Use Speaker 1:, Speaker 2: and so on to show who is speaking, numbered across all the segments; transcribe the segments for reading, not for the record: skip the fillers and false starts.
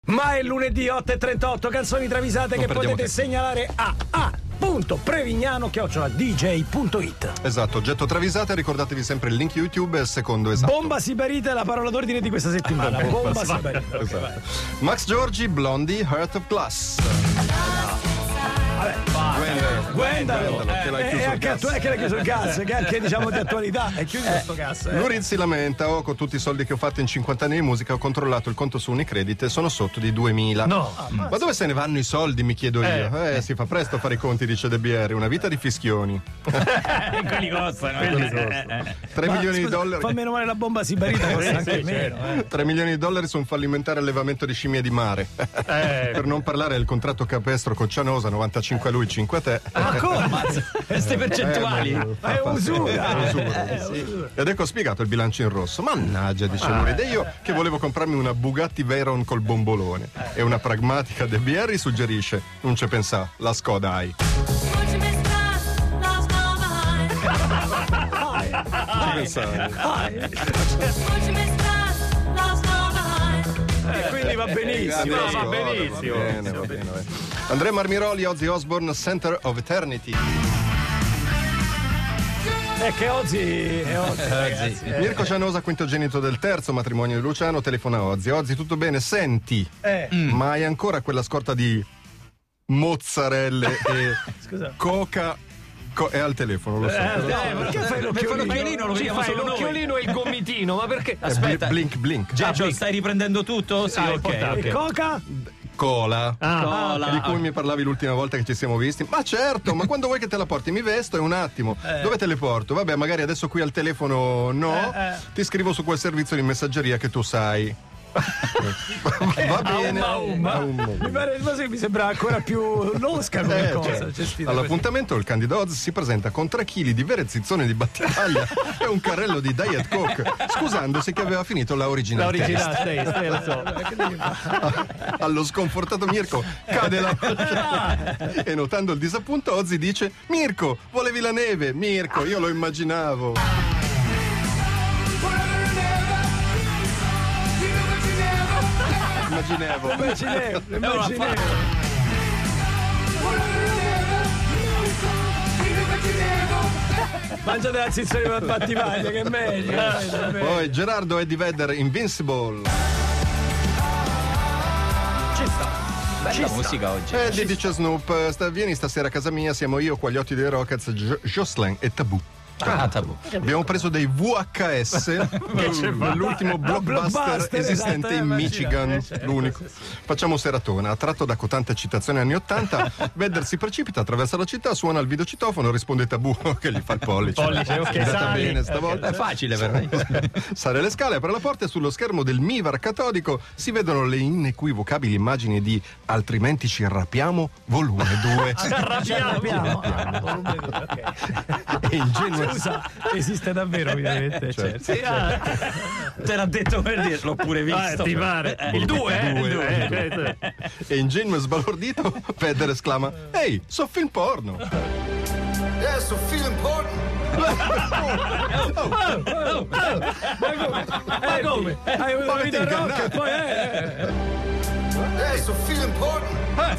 Speaker 1: Ma è lunedì 8:38, canzoni travisate che potete
Speaker 2: tempo.
Speaker 1: segnalare a a.prevignano@dj.it.
Speaker 2: Esatto, oggetto travisate, ricordatevi sempre il link YouTube e il secondo esatto.
Speaker 1: Bomba Sibarita è la parola d'ordine di questa settimana. Bomba Sibarita. Okay,
Speaker 2: esatto. Max Giorgi, Blondie, Heart of Glass.
Speaker 1: Guardalo,
Speaker 2: che l'hai chiuso il gas.
Speaker 1: che l'hai chiuso il gas, che anche diciamo di attualità. È chiuso questo gas.
Speaker 2: Lurid si lamenta: con tutti i soldi che ho fatto in 50 anni di musica ho controllato il conto su Unicredit e sono sotto di 2000.
Speaker 1: No.
Speaker 2: Ma dove se ne vanno i soldi, mi chiedo io? Si fa presto a fare i conti, dice De Bieri, una vita di fischioni.
Speaker 3: Quelli costano.
Speaker 2: 3 milioni di dollari.
Speaker 1: Fa meno male la bomba Sibarita, costa anche meno.
Speaker 2: 3 milioni di dollari su un fallimentare allevamento di scimmie di mare. Per non parlare del contratto capestro con Cianosa, 95 a lui, 5 a te.
Speaker 1: Ma come?
Speaker 3: Queste percentuali.
Speaker 1: È usura.
Speaker 2: Ed ecco spiegato il bilancio in rosso. Mannaggia, dice Lurid, e io che volevo comprarmi una Bugatti Veyron col bombolone. E una pragmatica De Bieri suggerisce: non ci pensa, la Skoda hai. Ci pensare.
Speaker 1: Quindi va benissimo.
Speaker 2: Va bene. Andrea Marmiroli, Ozzy Osbourne, Center of Eternity.
Speaker 1: È che oggi è oggi, ragazzi.
Speaker 2: Mirko Cianosa, quintogenito del terzo matrimonio di Luciano, telefona a Ozzy. Ozzy, tutto bene? Senti, ma hai ancora quella scorta di mozzarelle e coca? È al telefono, lo so.
Speaker 1: Perché fai
Speaker 3: l'occhiolino? Lo vediamo solo
Speaker 4: l'occhiolino e il gomitino, ma perché?
Speaker 3: Aspetta.
Speaker 2: Blink, blink.
Speaker 3: Già, stai riprendendo tutto? Sì, ok.
Speaker 1: E coca?
Speaker 2: Cola.
Speaker 3: Cola.
Speaker 2: Di cui mi parlavi l'ultima volta che ci siamo visti. Ma certo, ma quando vuoi che te la porti? Mi vesto e un attimo. Dove te le porto? Vabbè, magari adesso qui al telefono no. Ti scrivo su quel servizio di messaggeria che tu sai. Va bene.
Speaker 1: Mi sembra ancora più losca come cosa.
Speaker 2: All'appuntamento il candido Oz si presenta con 3 kg di vere zizzone di battaglia e un carrello di Diet Coke, scusandosi che aveva finito la original taste. Allo sconfortato Mirko cade la e notando il disappunto Ozzy dice: Mirko, volevi la neve? Mirko, io lo immaginavo.
Speaker 1: Immaginevo. Mangiate la zizzone per battivaglia, che è meglio.
Speaker 2: Poi Gerardo Eddie Vedder, Invincible.
Speaker 1: Ci sta.
Speaker 3: Bella musica oggi.
Speaker 2: Eddie dice Snoop, vieni stasera a casa mia, siamo io, qua gli occhi dei Rockets, Jocelyn e Tabù.
Speaker 3: Tabù.
Speaker 2: Abbiamo preso dei VHS, l'ultimo blockbuster esistente in Michigan, l'unico. Facciamo seratona. Attratto da cotante citazioni anni 80, Vedder si precipita, attraversa la città, suona il videocitofono, risponde Tabù che gli fa il pollice.
Speaker 4: Ok,
Speaker 2: È andata bene stavolta.
Speaker 3: È facile per me.
Speaker 2: Sale le scale, apre la porta e sullo schermo del Mivar catodico si vedono le inequivocabili immagini di Altrimenti ci arrabbiamo, volume 2.
Speaker 1: Ci arrabbiamo.
Speaker 2: E ingenua.
Speaker 1: Scusa, esiste davvero ovviamente.
Speaker 2: Certo.
Speaker 3: Te l'ha detto per dire, l'ho pure visto.
Speaker 4: Ti pare? Il 2,
Speaker 2: E ingenuo e sbalordito Vedder esclama: ehi, so film porno.
Speaker 5: So film porno.
Speaker 1: Ma come? Hai una vita rock e poi
Speaker 5: So film porno.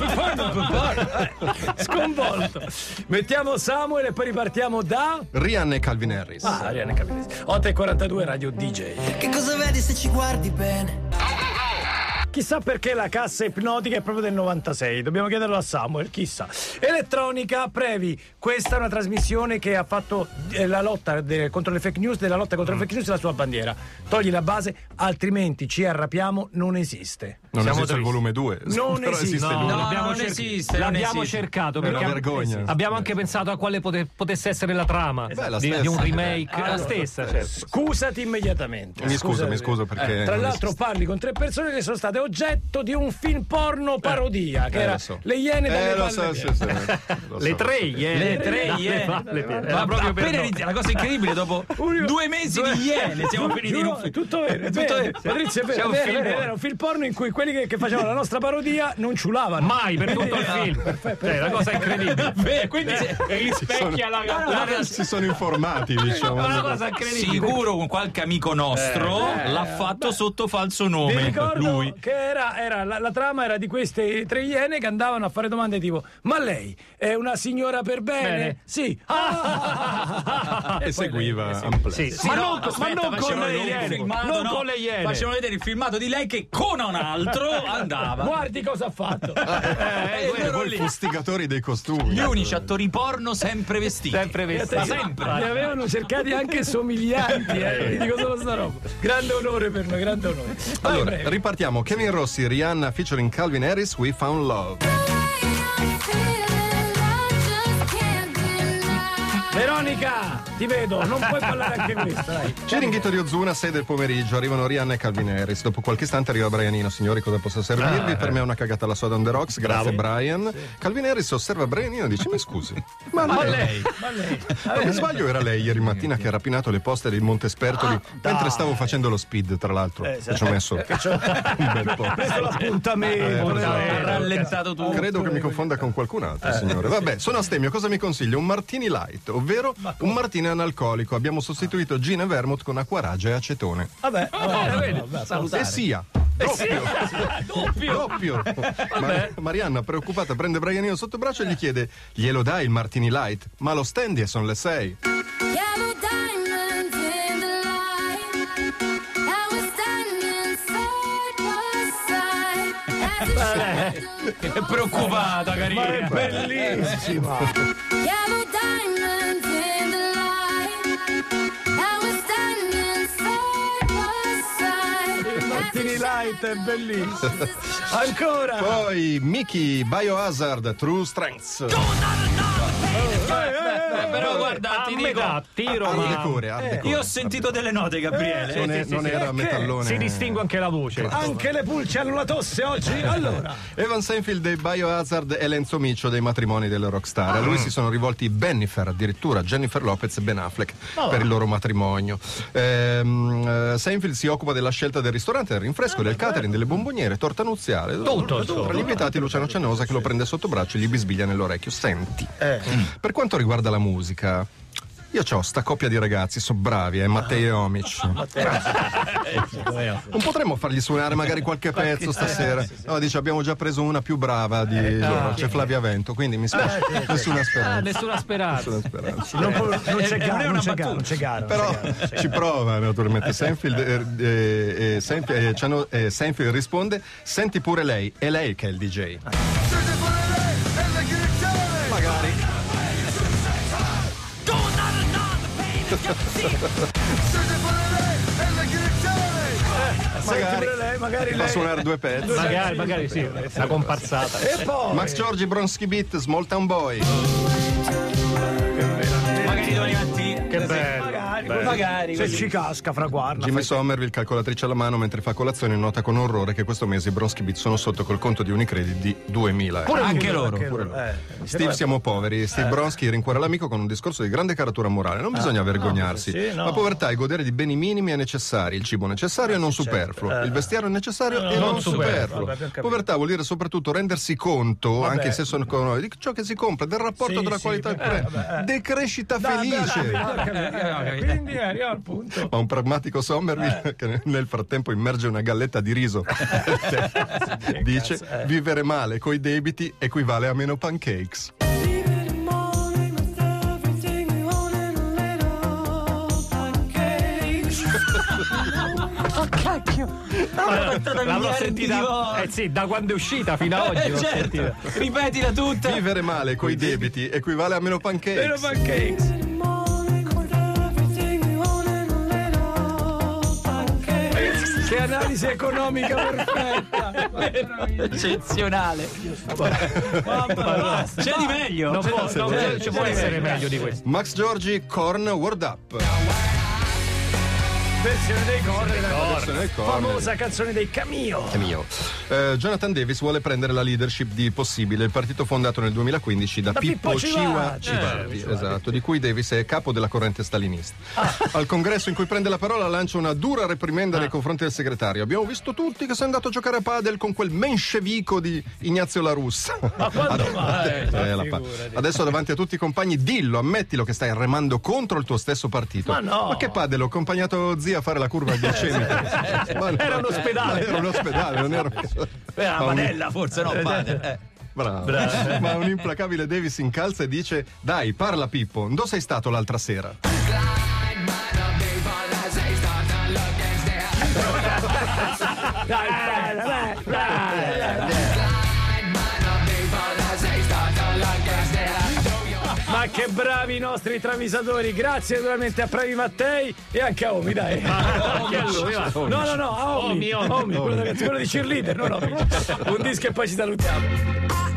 Speaker 1: sconvolto. Mettiamo Samuel e poi ripartiamo da
Speaker 2: Rihanna e Calvin Harris.
Speaker 1: Ariane Capelli. 8:42 Radio DJ.
Speaker 6: Che cosa vedi se ci guardi bene?
Speaker 1: Chissà perché la cassa ipnotica è proprio del 96. Dobbiamo chiederlo a Samuel, chissà. Elettronica, Previ. Questa è una trasmissione che ha fatto la lotta contro le fake news, della lotta contro le fake news la sua bandiera. Togli la base, altrimenti ci arrabbiamo, non esiste.
Speaker 2: Non esiste il volume 2.
Speaker 1: Non
Speaker 2: però
Speaker 1: esiste.
Speaker 2: il 1.
Speaker 3: Non esiste.
Speaker 4: L'abbiamo cercato
Speaker 2: È una
Speaker 4: perché
Speaker 2: vergogna.
Speaker 4: abbiamo anche pensato a quale potesse essere la trama
Speaker 2: la
Speaker 4: di
Speaker 2: stessa.
Speaker 4: un remake. La stessa, certo.
Speaker 1: Scusati immediatamente.
Speaker 2: Mi scuso perché
Speaker 1: Tra
Speaker 2: non
Speaker 1: l'altro
Speaker 2: esiste.
Speaker 1: parli con 3 persone che sono state oggetto di un film porno parodia, che era
Speaker 2: lo so.
Speaker 1: Le Iene dalle
Speaker 2: lo
Speaker 1: palle
Speaker 2: so,
Speaker 1: piene.
Speaker 2: lo
Speaker 4: Le
Speaker 2: so.
Speaker 4: 3,
Speaker 3: Le 3 iene. Ma proprio appena inizia, la cosa incredibile, dopo 2 mesi di iene siamo finiti in un film.
Speaker 1: È tutto vero, è vero. Patrizio, è vero, era un film porno in cui quelli che facevano la nostra parodia non ciulavano.
Speaker 4: mai per tutto il film. È una cosa incredibile.
Speaker 3: Quindi
Speaker 4: Rispecchia la
Speaker 2: Si sono informati, diciamo.
Speaker 4: una cosa incredibile.
Speaker 3: sicuro con qualche amico nostro l'ha fatto sotto falso
Speaker 1: Vi
Speaker 3: nome.
Speaker 1: ricordo
Speaker 3: Lui.
Speaker 1: che era la trama era di queste 3 iene che andavano a fare domande tipo: ma lei è una signora per bene? Sì.
Speaker 2: E seguiva
Speaker 4: Sì,
Speaker 3: Ma
Speaker 4: no,
Speaker 3: non
Speaker 4: con le iene. Non con le iene.
Speaker 3: Facevano vedere il filmato di lei che con un altro andava.
Speaker 1: Guardi cosa ha fatto.
Speaker 2: Poi i fustigatori dei costumi.
Speaker 3: Gli unici attori porno sempre vestiti.
Speaker 4: Sempre vestiti.
Speaker 3: Ma sempre.
Speaker 1: Li avevano cercati anche somiglianti, vi dico solo sta roba. Grande onore per noi, grande onore. Vai,
Speaker 2: Allora,
Speaker 1: prego.
Speaker 2: ripartiamo. Kevin Rossi, Rihanna featuring Calvin Harris, We Found Love.
Speaker 1: Veronica, ti vedo, non puoi ballare anche questa, dai.
Speaker 2: Ciringhito di Ozuna, 6 del pomeriggio, arrivano Rihanna e Calvin Harris. Dopo qualche istante arriva Brianino. Signori, cosa posso servirvi? Per me è una cagata alla soda on the rocks, grazie Brian. Calvin Harris osserva Brianino e dice: mi scusi, ma lei? Non mi sbaglio, era lei ieri mattina che ha rapinato le poste del Montespertoli mentre stavo facendo lo speed, tra l'altro. Che ci ho messo un bel po'.
Speaker 1: Preso l'appuntamento.
Speaker 3: Ha rallentato tutto.
Speaker 2: Credo che mi confonda con qualcun altro, signore. Vabbè, sono astemio, cosa mi consiglia? Un martini light, ovvero un martini analcolico. Abbiamo sostituito gin e vermouth con acquarage e acetone.
Speaker 1: Vabbè,
Speaker 2: E sia doppio. Marianna, preoccupata, prende Brianino sotto braccio e gli chiede: glielo dai il martini light? Ma lo stendi e sono le 6.
Speaker 3: È preoccupata, carina.
Speaker 1: ma è bellissima. Il Martini Light è bellissimo. Ancora.
Speaker 2: Poi Mickey, Biohazard, True Strengths.
Speaker 3: Però guarda, ti dico,
Speaker 4: tiro,
Speaker 2: Art
Speaker 4: ma
Speaker 2: Decore.
Speaker 3: io ho sentito delle note, Gabriele.
Speaker 2: Non era metallone.
Speaker 4: si distingue anche la voce.
Speaker 1: Anche le pulci hanno la tosse oggi. Allora,
Speaker 2: Evan Seinfeld dei Biohazard e Lenzo Miccio dei matrimoni delle rockstar. A lui si sono rivolti Bennifer, addirittura Jennifer Lopez e Ben Affleck per il loro matrimonio. Seinfeld si occupa della scelta del ristorante, del rinfresco, del catering, delle bomboniere, torta nuziale.
Speaker 4: Tutto.
Speaker 2: Tra gli invitati Luciano Cianosa che lo prende sotto braccio e gli bisbiglia nell'orecchio. Senti, per quanto riguarda la musica, io c'ho sta coppia di ragazzi, sono bravi, Mattei e Omic. Non potremmo fargli suonare magari qualche pezzo stasera? No, dice, abbiamo già preso una più brava di loro, c'è Flavia Vento, quindi mi spiace, nessuna speranza.
Speaker 4: Nessuna speranza.
Speaker 2: Nessuna speranza.
Speaker 1: non c'è gara,
Speaker 3: una
Speaker 1: non c'è gara.
Speaker 2: Però ci prova naturalmente Seinfeld. Seinfeld risponde: senti pure lei, è lei che è il DJ. Magari.
Speaker 1: magari
Speaker 2: Fa
Speaker 1: lei.
Speaker 2: suonare 2 pezzi.
Speaker 4: Magari sì, una comparsata.
Speaker 1: E poi
Speaker 2: Max Giorgi, Bronski Beat, Small Town Boy.
Speaker 3: Magari domani mattina.
Speaker 4: Che bello.
Speaker 3: Magari
Speaker 1: se
Speaker 3: così.
Speaker 1: ci casca fra guarda.
Speaker 2: Jimmy Somerville, calcolatrice alla mano mentre fa colazione, nota con orrore che questo mese i Bronski Beat sono sotto col conto di Unicredit di 2.000 euro.
Speaker 3: Anche loro.
Speaker 2: Steve, siamo poveri. Steve Bronski rincuora l'amico con un discorso di grande caratura morale. Non bisogna vergognarsi.
Speaker 1: no.
Speaker 2: La povertà e godere di beni minimi è necessari. Il cibo necessario e non superfluo. Il vestiario è necessario e non superfluo.
Speaker 1: Vabbè, abbiamo capito.
Speaker 2: Povertà vuol dire soprattutto rendersi conto, anche se sono di ciò che si compra, del rapporto tra qualità e prezzo. Decrescita felice.
Speaker 1: Quindi arriviamo al punto.
Speaker 2: Ma un pragmatico Somerville che nel frattempo immerge una galletta di riso dice: vivere male coi debiti equivale a meno pancakes.
Speaker 4: L'avrò sentita da quando è uscita fino a oggi. L'ho sentita.
Speaker 3: Ripetila tutta.
Speaker 2: Vivere male coi debiti equivale a meno pancakes.
Speaker 1: Meno pancakes. Che analisi economica perfetta.
Speaker 3: Eccezionale.
Speaker 1: Basta.
Speaker 3: C'è di meglio.
Speaker 4: Non ci può essere meglio di questo.
Speaker 2: Max Giorgi, Korn, Word Up.
Speaker 1: Versione dei
Speaker 2: Versione del Korn.
Speaker 1: famosa canzone dei Cameo.
Speaker 2: È mio. Jonathan Davis vuole prendere la leadership di Possibile, il partito fondato nel 2015 da Pippo Civardi, esatto, di cui Davis è capo della corrente stalinista. Al congresso in cui prende la parola lancia una dura reprimenda nei confronti del segretario. Abbiamo visto tutti che sei andato a giocare a padel con quel menscevico di Ignazio La Russa.
Speaker 1: Ma quando mai?
Speaker 2: Adesso davanti a tutti i compagni dillo, ammettilo che stai remando contro il tuo stesso partito.
Speaker 1: Ma no.
Speaker 2: Ma che padel, ho accompagnato zia così a fare la curva glicemica.
Speaker 4: Era un ospedale.
Speaker 2: Era un ospedale, non era.
Speaker 3: Era una padella, forse, no, padre.
Speaker 2: Bravo. Ma un implacabile Davis si incalza e dice: dai, parla Pippo, dove sei stato l'altra sera?
Speaker 1: Ma che bravi i nostri travisatori, grazie naturalmente a Previ Mattei e anche a Omi, dai. No, a Omi, quello di cheerleader, non Omi. Un disco e poi ci salutiamo.